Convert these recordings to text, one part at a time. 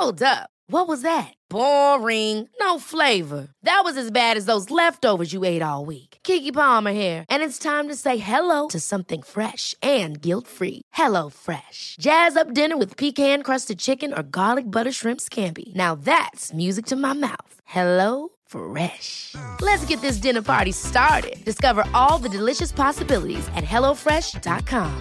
Hold up. What was that? Boring. No flavor. That was as bad as those leftovers you ate all week. Keke Palmer here, and it's time to say hello to something fresh and guilt-free. Hello Fresh. Jazz up dinner with pecan-crusted chicken or garlic butter shrimp scampi. Now that's music to my mouth. Hello Fresh. Let's get this dinner party started. Discover all the delicious possibilities at hellofresh.com.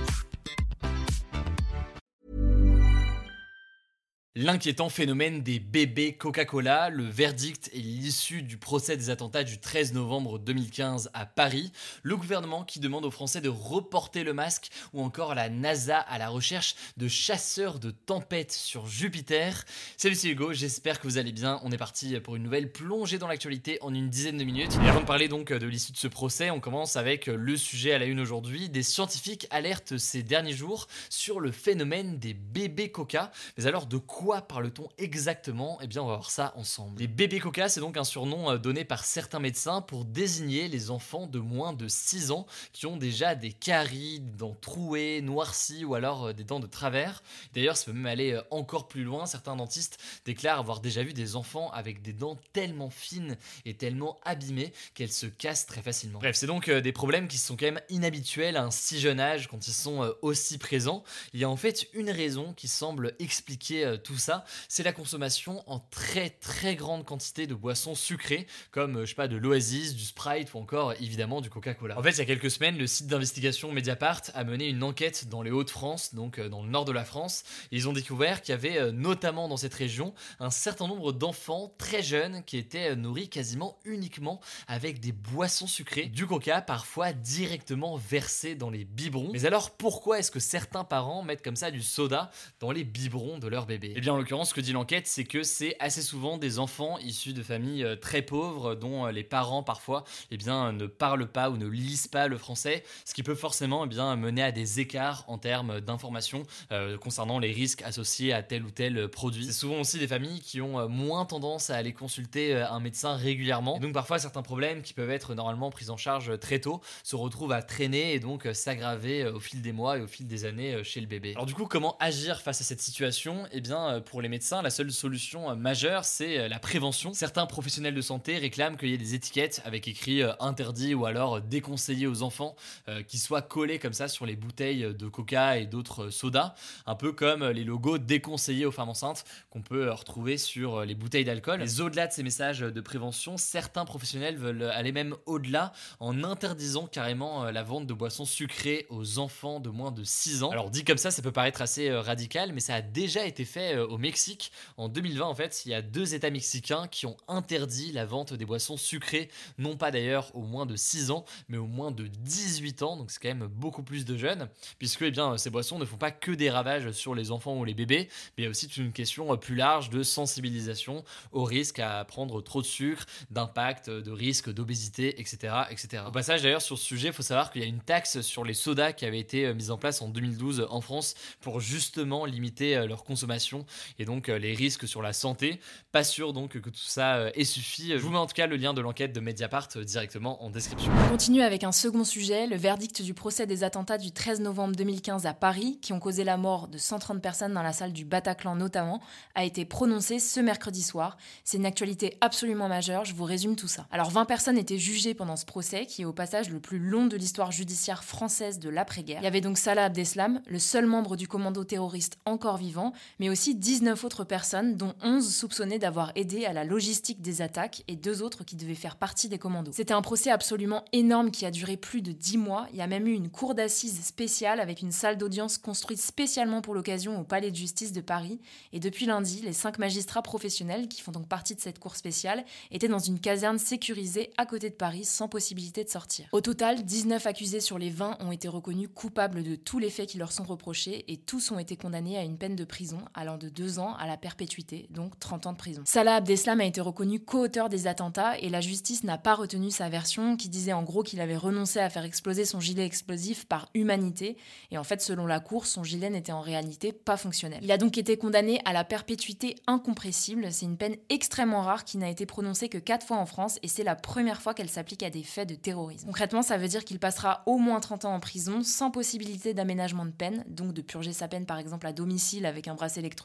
L'inquiétant phénomène des bébés Coca-Cola, le verdict est l'issue du procès des attentats du 13 novembre 2015 à Paris, le gouvernement qui demande aux Français de reporter le masque ou encore la NASA à la recherche de chasseurs de tempêtes sur Jupiter. Salut, c'est Hugo, j'espère que vous allez bien. On est parti pour une nouvelle plongée dans l'actualité en une dizaine de minutes. Et avant de parler donc de l'issue de ce procès, on commence avec le sujet à la une aujourd'hui. Des scientifiques alertent ces derniers jours sur le phénomène des bébés Coca. Mais alors de quoi parle-t-on exactement ? Eh bien, on va voir ça ensemble. Les bébés Coca, c'est donc un surnom donné par certains médecins pour désigner les enfants de moins de 6 ans qui ont déjà des caries, des dents trouées, noircies ou alors des dents de travers. D'ailleurs, ça peut même aller encore plus loin. Certains dentistes déclarent avoir déjà vu des enfants avec des dents tellement fines et tellement abîmées qu'elles se cassent très facilement. Bref, c'est donc des problèmes qui sont quand même inhabituels à un si jeune âge quand ils sont aussi présents. Il y a en fait une raison qui semble expliquer tout ça, c'est la consommation en très très grande quantité de boissons sucrées comme de l'Oasis, du Sprite ou encore évidemment du Coca-Cola. En fait, il y a quelques semaines, le site d'investigation Mediapart a mené une enquête dans les Hauts-de-France, donc dans le nord de la France, et ils ont découvert qu'il y avait notamment dans cette région un certain nombre d'enfants très jeunes qui étaient nourris quasiment uniquement avec des boissons sucrées, du Coca parfois directement versé dans les biberons. Mais alors pourquoi est-ce que certains parents mettent comme ça du soda dans les biberons de leur bébé ? Eh bien, en l'occurrence, ce que dit l'enquête, c'est que c'est assez souvent des enfants issus de familles très pauvres dont les parents parfois ne parlent pas ou ne lisent pas le français, ce qui peut forcément mener à des écarts en termes d'informations concernant les risques associés à tel ou tel produit. C'est souvent aussi des familles qui ont moins tendance à aller consulter un médecin régulièrement. Et donc parfois certains problèmes qui peuvent être normalement pris en charge très tôt se retrouvent à traîner et donc s'aggraver au fil des mois et au fil des années chez le bébé. Alors du coup, comment agir face à cette situation ? Eh bien, pour les médecins, la seule solution majeure, c'est la prévention. Certains professionnels de santé réclament qu'il y ait des étiquettes avec écrit interdit ou alors déconseillé aux enfants qui soient collés comme ça sur les bouteilles de Coca et d'autres sodas, un peu comme les logos déconseillés aux femmes enceintes qu'on peut retrouver sur les bouteilles d'alcool. Mais au-delà de ces messages de prévention, certains professionnels veulent aller même au-delà en interdisant carrément la vente de boissons sucrées aux enfants de moins de 6 ans. Alors dit comme ça peut paraître assez radical, mais ça a déjà été fait au Mexique. En 2020, en fait, il y a 2 États mexicains qui ont interdit la vente des boissons sucrées, non pas d'ailleurs aux moins de 6 ans, mais aux moins de 18 ans, donc c'est quand même beaucoup plus de jeunes, puisque ces boissons ne font pas que des ravages sur les enfants ou les bébés, mais il y a aussi toute une question plus large de sensibilisation au risque à prendre trop de sucre, d'impact, de risque d'obésité, etc., etc. Au passage, d'ailleurs, sur ce sujet, il faut savoir qu'il y a une taxe sur les sodas qui avait été mise en place en 2012 en France pour justement limiter leur consommation et donc les risques sur la santé. Pas sûr donc que tout ça ait suffi. Je vous mets en tout cas le lien de l'enquête de Mediapart directement en description. On continue avec un second sujet, le verdict du procès des attentats du 13 novembre 2015 à Paris, qui ont causé la mort de 130 personnes dans la salle du Bataclan notamment, a été prononcé ce mercredi soir. C'est une actualité absolument majeure, je vous résume tout ça. Alors 20 personnes étaient jugées pendant ce procès, qui est au passage le plus long de l'histoire judiciaire française de l'après-guerre. Il y avait donc Salah Abdeslam, le seul membre du commando terroriste encore vivant, mais aussi 19 autres personnes, dont 11 soupçonnées d'avoir aidé à la logistique des attaques et 2 autres qui devaient faire partie des commandos. C'était un procès absolument énorme qui a duré plus de 10 mois. Il y a même eu une cour d'assises spéciale avec une salle d'audience construite spécialement pour l'occasion au Palais de Justice de Paris. Et depuis lundi, les 5 magistrats professionnels qui font donc partie de cette cour spéciale étaient dans une caserne sécurisée à côté de Paris sans possibilité de sortir. Au total, 19 accusés sur les 20 ont été reconnus coupables de tous les faits qui leur sont reprochés et tous ont été condamnés à une peine de prison allant de 2 ans à la perpétuité, donc 30 ans de prison. Salah Abdeslam a été reconnu co-auteur des attentats et la justice n'a pas retenu sa version qui disait en gros qu'il avait renoncé à faire exploser son gilet explosif par humanité et en fait selon la cour, son gilet n'était en réalité pas fonctionnel. Il a donc été condamné à la perpétuité incompressible, c'est une peine extrêmement rare qui n'a été prononcée que 4 fois en France et c'est la première fois qu'elle s'applique à des faits de terrorisme. Concrètement, ça veut dire qu'il passera au moins 30 ans en prison sans possibilité d'aménagement de peine, donc de purger sa peine par exemple à domicile avec un bracelet électronique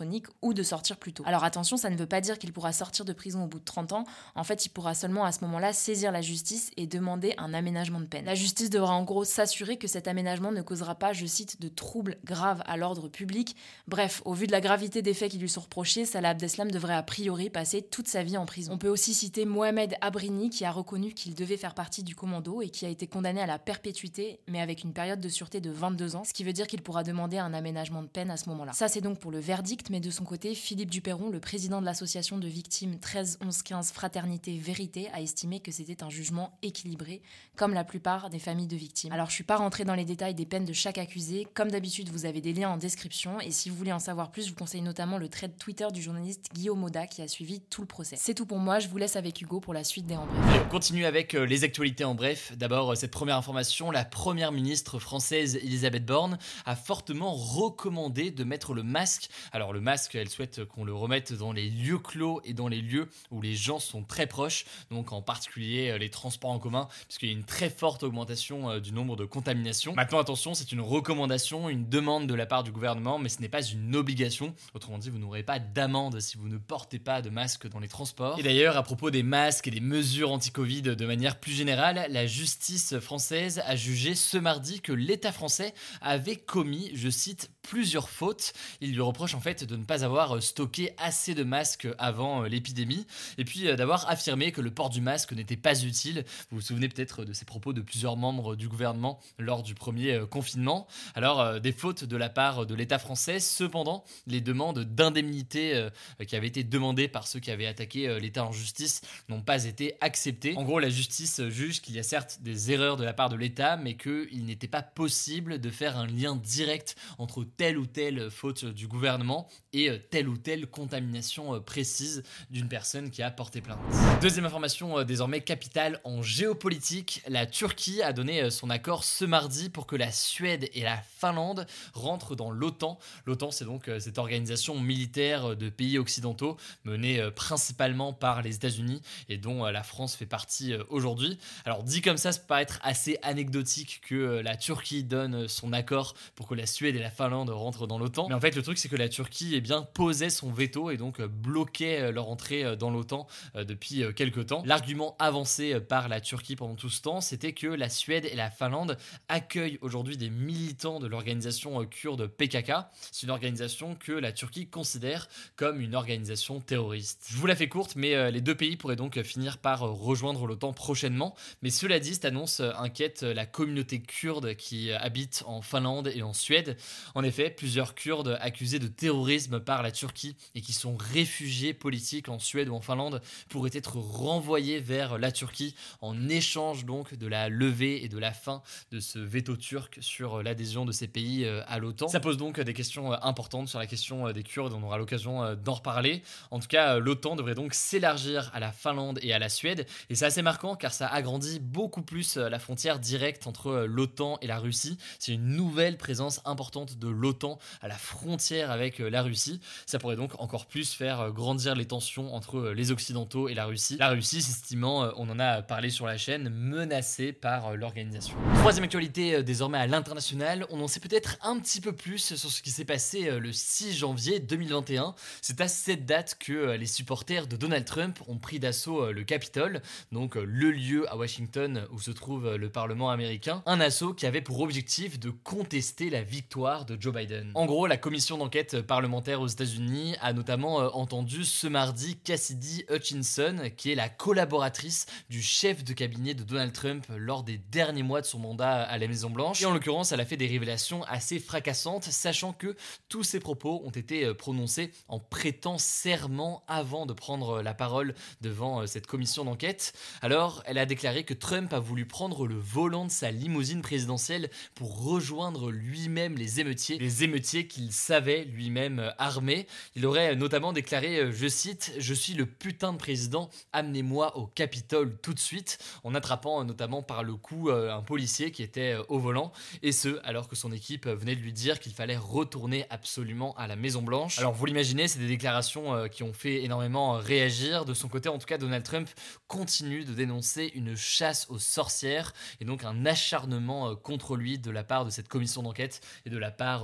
téléphonique ou de sortir plus tôt. Alors attention, ça ne veut pas dire qu'il pourra sortir de prison au bout de 30 ans. En fait, il pourra seulement à ce moment-là saisir la justice et demander un aménagement de peine. La justice devra en gros s'assurer que cet aménagement ne causera pas, je cite, de troubles graves à l'ordre public. Bref, au vu de la gravité des faits qui lui sont reprochés, Salah Abdeslam devrait a priori passer toute sa vie en prison. On peut aussi citer Mohamed Abrini qui a reconnu qu'il devait faire partie du commando et qui a été condamné à la perpétuité, mais avec une période de sûreté de 22 ans, ce qui veut dire qu'il pourra demander un aménagement de peine à ce moment-là. Ça c'est donc pour le verdict, mais de son côté, Philippe Duperron, le président de l'association de victimes 13-11-15 Fraternité Vérité, a estimé que c'était un jugement équilibré, comme la plupart des familles de victimes. Alors je suis pas rentrée dans les détails des peines de chaque accusé, comme d'habitude vous avez des liens en description, et si vous voulez en savoir plus, je vous conseille notamment le thread Twitter du journaliste Guillaume Moda qui a suivi tout le procès. C'est tout pour moi, je vous laisse avec Hugo pour la suite des En Bref. Allez, on continue avec les actualités en bref. D'abord, cette première information, la première ministre française Elisabeth Borne a fortement recommandé de mettre le masque. Alors le masque, elle souhaite qu'on le remette dans les lieux clos et dans les lieux où les gens sont très proches, donc en particulier les transports en commun, puisqu'il y a une très forte augmentation du nombre de contaminations. Maintenant attention, c'est une recommandation, une demande de la part du gouvernement, mais ce n'est pas une obligation. Autrement dit, vous n'aurez pas d'amende si vous ne portez pas de masque dans les transports. Et d'ailleurs, à propos des masques et des mesures anti-Covid de manière plus générale, la justice française a jugé ce mardi que l'État français avait commis, je cite, plusieurs fautes. Il lui reproche en fait de ne pas avoir stocké assez de masques avant l'épidémie et puis d'avoir affirmé que le port du masque n'était pas utile. Vous vous souvenez peut-être de ces propos de plusieurs membres du gouvernement lors du premier confinement. Alors, des fautes de la part de l'État français, cependant, les demandes d'indemnité qui avaient été demandées par ceux qui avaient attaqué l'État en justice n'ont pas été acceptées. En gros, la justice juge qu'il y a certes des erreurs de la part de l'État, mais qu'il n'était pas possible de faire un lien direct entre telle ou telle faute du gouvernement et telle ou telle contamination précise d'une personne qui a porté plainte. Deuxième information désormais capitale en géopolitique, la Turquie a donné son accord ce mardi pour que la Suède et la Finlande rentrent dans l'OTAN. L'OTAN, c'est donc cette organisation militaire de pays occidentaux menée principalement par les États-Unis et dont la France fait partie aujourd'hui. Alors dit comme ça peut paraître assez anecdotique que la Turquie donne son accord pour que la Suède et la Finlande rentrent dans l'OTAN. Mais en fait, le truc, c'est que la Turquie posait son veto et donc bloquait leur entrée dans l'OTAN depuis quelques temps. L'argument avancé par la Turquie pendant tout ce temps, c'était que la Suède et la Finlande accueillent aujourd'hui des militants de l'organisation kurde PKK. C'est une organisation que la Turquie considère comme une organisation terroriste. Je vous la fais courte, mais les deux pays pourraient donc finir par rejoindre l'OTAN prochainement. Mais cela dit, cette annonce inquiète la communauté kurde qui habite en Finlande et en Suède. En effet, plusieurs Kurdes accusés de terrorisme par la Turquie et qui sont réfugiés politiques en Suède ou en Finlande pourraient être renvoyés vers la Turquie en échange donc de la levée et de la fin de ce veto turc sur l'adhésion de ces pays à l'OTAN. Ça pose donc des questions importantes sur la question des Kurdes, on aura l'occasion d'en reparler. En tout cas, l'OTAN devrait donc s'élargir à la Finlande et à la Suède, et c'est assez marquant car ça agrandit beaucoup plus la frontière directe entre l'OTAN et la Russie. C'est une nouvelle présence importante de l'OTAN à la frontière avec la Russie. Ça pourrait donc encore plus faire grandir les tensions entre les Occidentaux et la Russie. La Russie s'estimant, on en a parlé sur la chaîne, menacée par l'organisation. Troisième actualité désormais à l'international, on en sait peut-être un petit peu plus sur ce qui s'est passé le 6 janvier 2021. C'est à cette date que les supporters de Donald Trump ont pris d'assaut le Capitole, donc le lieu à Washington où se trouve le Parlement américain, un assaut qui avait pour objectif de contester la victoire de Joe Biden. En gros, la commission d'enquête parlementaire aux États-Unis a notamment entendu ce mardi Cassidy Hutchinson, qui est la collaboratrice du chef de cabinet de Donald Trump lors des derniers mois de son mandat à la Maison-Blanche. Et en l'occurrence, elle a fait des révélations assez fracassantes, sachant que tous ses propos ont été prononcés en prêtant serment avant de prendre la parole devant cette commission d'enquête. Alors, elle a déclaré que Trump a voulu prendre le volant de sa limousine présidentielle pour rejoindre lui-même les émeutiers qu'il savait lui-même armés. Il aurait notamment déclaré, je cite, « Je suis le putain de président, amenez-moi au Capitole tout de suite », en attrapant notamment par le cou un policier qui était au volant, et ce, alors que son équipe venait de lui dire qu'il fallait retourner absolument à la Maison-Blanche. Alors vous l'imaginez, c'est des déclarations qui ont fait énormément réagir. De son côté, en tout cas, Donald Trump continue de dénoncer une chasse aux sorcières et donc un acharnement contre lui de la part de cette commission d'enquête et de la part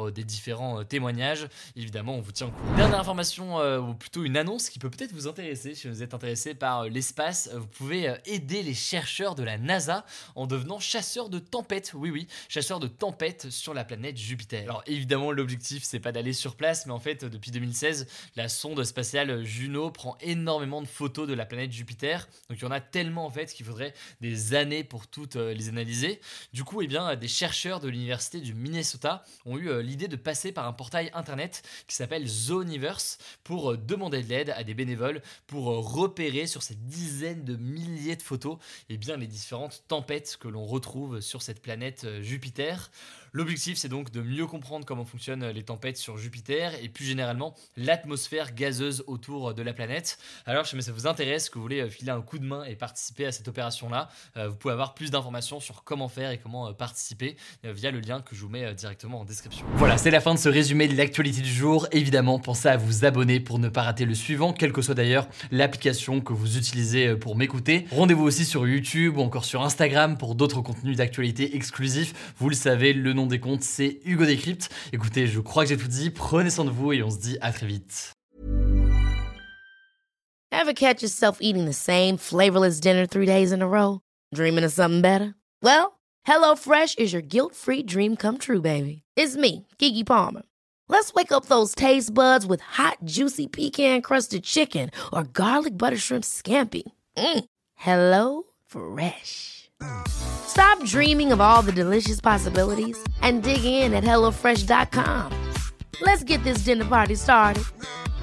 travers des différents témoignages. Évidemment, on vous tient au courant. Dernière information, ou plutôt une annonce qui peut peut-être vous intéresser. Si vous êtes intéressé par l'espace, vous pouvez aider les chercheurs de la NASA en devenant chasseurs de tempêtes. Oui, chasseurs de tempêtes sur la planète Jupiter. Alors évidemment, l'objectif, c'est pas d'aller sur place, mais en fait, depuis 2016, la sonde spatiale Juno prend énormément de photos de la planète Jupiter. Donc il y en a tellement en fait qu'il faudrait des années pour toutes les analyser. Du coup, des chercheurs de l'université du Minnesota ont eu l'idée de passer par un portail internet qui s'appelle Zooniverse pour demander de l'aide à des bénévoles pour repérer sur ces dizaines de milliers de photos les différentes tempêtes que l'on retrouve sur cette planète Jupiter. L'objectif, c'est donc de mieux comprendre comment fonctionnent les tempêtes sur Jupiter et plus généralement l'atmosphère gazeuse autour de la planète. Alors, si ça vous intéresse, que vous voulez filer un coup de main et participer à cette opération-là, vous pouvez avoir plus d'informations sur comment faire et comment participer via le lien que je vous mets directement en description. Voilà, c'est la fin de ce résumé de l'actualité du jour. Évidemment, pensez à vous abonner pour ne pas rater le suivant, quelle que soit d'ailleurs l'application que vous utilisez pour m'écouter. Rendez-vous aussi sur YouTube ou encore sur Instagram pour d'autres contenus d'actualité exclusifs. Vous le savez, le nom des comptes, c'est Hugo Décrypte. Écoutez, je crois que j'ai tout dit. Prenez soin de vous et on se dit à très vite. Ever catch yourself eating the same flavorless dinner 3 days in a row? Dreaming of something better? Well, HelloFresh is your guilt-free dream come true, baby. It's me, Keke Palmer. Let's wake up those taste buds with hot, juicy pecan-crusted chicken or garlic butter shrimp scampi. Hello Fresh. Stop dreaming of all the delicious possibilities and dig in at HelloFresh.com. Let's get this dinner party started.